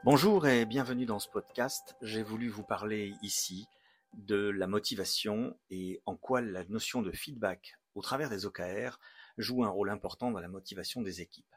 Bonjour et bienvenue dans ce podcast. J'ai voulu vous parler ici de la motivation et en quoi la notion de feedback au travers des OKR joue un rôle important dans la motivation des équipes.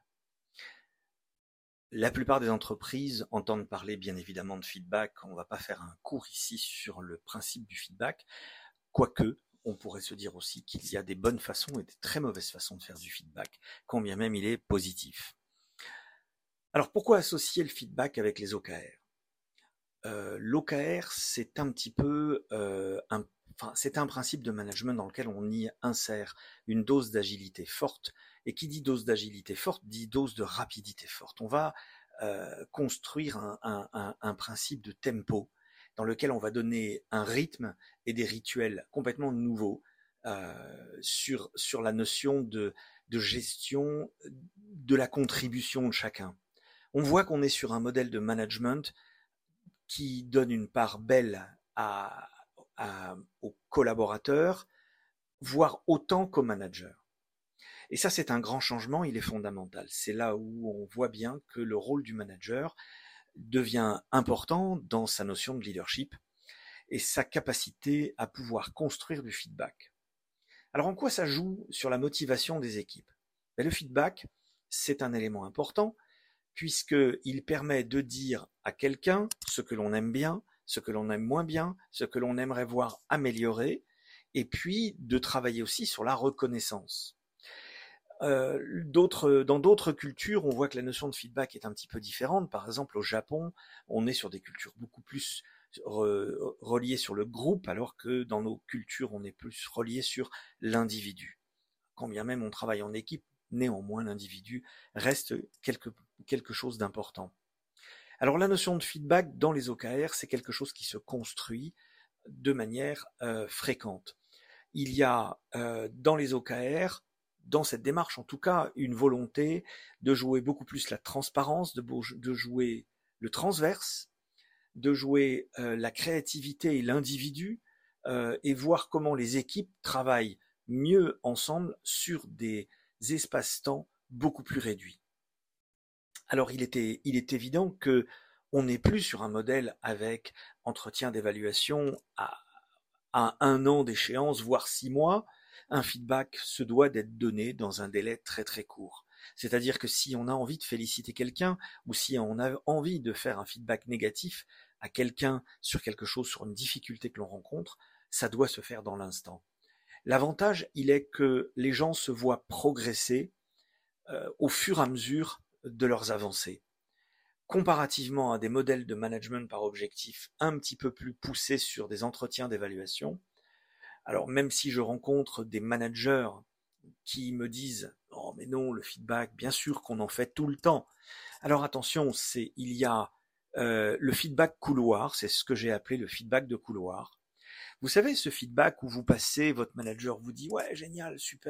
La plupart des entreprises entendent parler bien évidemment de feedback. On ne va pas faire un cours ici sur le principe du feedback, quoique on pourrait se dire aussi qu'il y a des bonnes façons et des très mauvaises façons de faire du feedback, quand bien même il est positif. Alors pourquoi associer le feedback avec les OKR ? L'OKR, c'est un petit peu c'est un principe de management dans lequel on y insère une dose d'agilité forte. Et qui dit dose d'agilité forte dit dose de rapidité forte. On va construire un principe de tempo dans lequel on va donner un rythme et des rituels complètement nouveaux sur la notion de gestion de la contribution de chacun. On voit qu'on est sur un modèle de management qui donne une part belle aux collaborateurs, voire autant qu'aux managers. Et ça, c'est un grand changement, il est fondamental. C'est là où on voit bien que le rôle du manager devient important dans sa notion de leadership et sa capacité à pouvoir construire du feedback. Alors en quoi ça joue sur la motivation des équipes ? Le feedback, c'est un élément important puisqu'il permet de dire à quelqu'un ce que l'on aime bien, ce que l'on aime moins bien, ce que l'on aimerait voir améliorer, et puis de travailler aussi sur la reconnaissance. Dans d'autres cultures, on voit que la notion de feedback est un petit peu différente. Par exemple, au Japon, on est sur des cultures beaucoup plus reliées sur le groupe, alors que dans nos cultures, on est plus relié sur l'individu. Quand bien même on travaille en équipe, néanmoins l'individu reste quelque chose d'important. Alors la notion de feedback dans les OKR, c'est quelque chose qui se construit de manière fréquente. Il y a dans les OKR, dans cette démarche en tout cas, une volonté de jouer beaucoup plus la transparence, de jouer le transverse, de jouer la créativité et l'individu, et voir comment les équipes travaillent mieux ensemble sur des espaces-temps beaucoup plus réduits. Alors il est évident que on n'est plus sur un modèle avec entretien d'évaluation à 1 an d'échéance, voire 6 mois. Un feedback se doit d'être donné dans un délai très très court. C'est-à-dire que si on a envie de féliciter quelqu'un ou si on a envie de faire un feedback négatif à quelqu'un sur quelque chose, sur une difficulté que l'on rencontre, ça doit se faire dans l'instant. L'avantage, il est que les gens se voient progresser au fur et à mesure de leurs avancées. Comparativement à des modèles de management par objectif un petit peu plus poussés sur des entretiens d'évaluation, alors même si je rencontre des managers qui me disent « Oh mais non, le feedback, bien sûr qu'on en fait tout le temps ». Alors attention, il y a le feedback couloir, c'est ce que j'ai appelé le feedback de couloir. Vous savez, ce feedback où vous passez, votre manager vous dit « Ouais, génial, super ».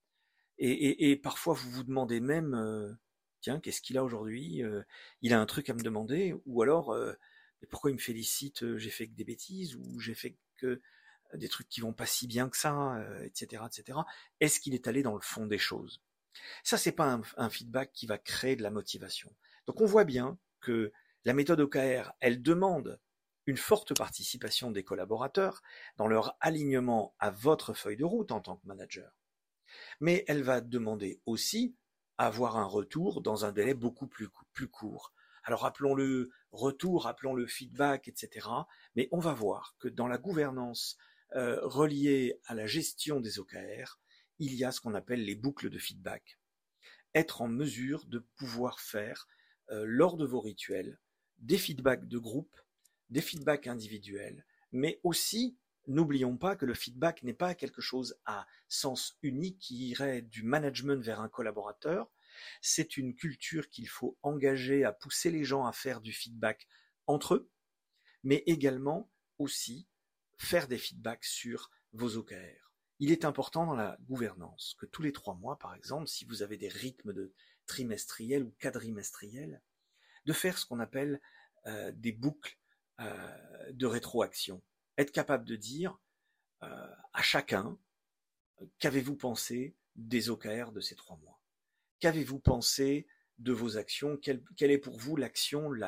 Et parfois vous vous demandez même tiens, qu'est-ce qu'il a aujourd'hui ? Il a un truc à me demander, ou alors mais pourquoi il me félicite ? J'ai fait que des bêtises, ou j'ai fait que des trucs qui vont pas si bien que ça, etc., etc. Est-ce qu'il est allé dans le fond des choses ? Ça, c'est pas un feedback qui va créer de la motivation. Donc on voit bien que la méthode OKR, elle demande une forte participation des collaborateurs dans leur alignement à votre feuille de route en tant que manager. Mais elle va demander aussi à avoir un retour dans un délai beaucoup plus court. Alors appelons-le retour, appelons-le feedback, etc. Mais on va voir que dans la gouvernance reliée à la gestion des OKR, il y a ce qu'on appelle les boucles de feedback. Être en mesure de pouvoir faire, lors de vos rituels, des feedbacks de groupe, des feedbacks individuels, mais aussi n'oublions pas que le feedback n'est pas quelque chose à sens unique qui irait du management vers un collaborateur. C'est une culture qu'il faut engager à pousser les gens à faire du feedback entre eux, mais également aussi faire des feedbacks sur vos OKR. Il est important dans la gouvernance que tous les 3 mois, par exemple, si vous avez des rythmes de trimestriels ou quadrimestriels, de faire ce qu'on appelle des boucles de rétroaction. Être capable de dire à chacun, qu'avez-vous pensé des OKR de ces 3 mois ? Qu'avez-vous pensé de vos actions ? Quelle est pour vous l'action la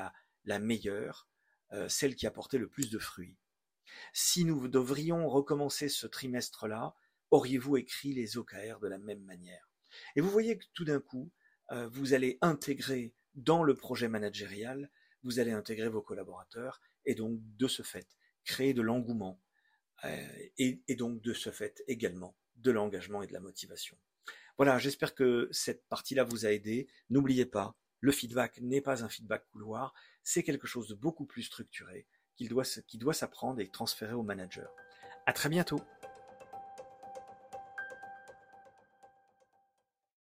la meilleure, celle qui a porté le plus de fruits. Si nous devrions recommencer ce trimestre-là, auriez-vous écrit les OKR de la même manière? Et vous voyez que tout d'un coup, vous allez intégrer dans le projet managérial, vous allez intégrer vos collaborateurs et donc de ce fait, créer de l'engouement et donc de ce fait également de l'engagement et de la motivation. Voilà, j'espère que cette partie-là vous a aidé. N'oubliez pas, le feedback n'est pas un feedback couloir, c'est quelque chose de beaucoup plus structuré qui doit s'apprendre et transférer au manager. À très bientôt.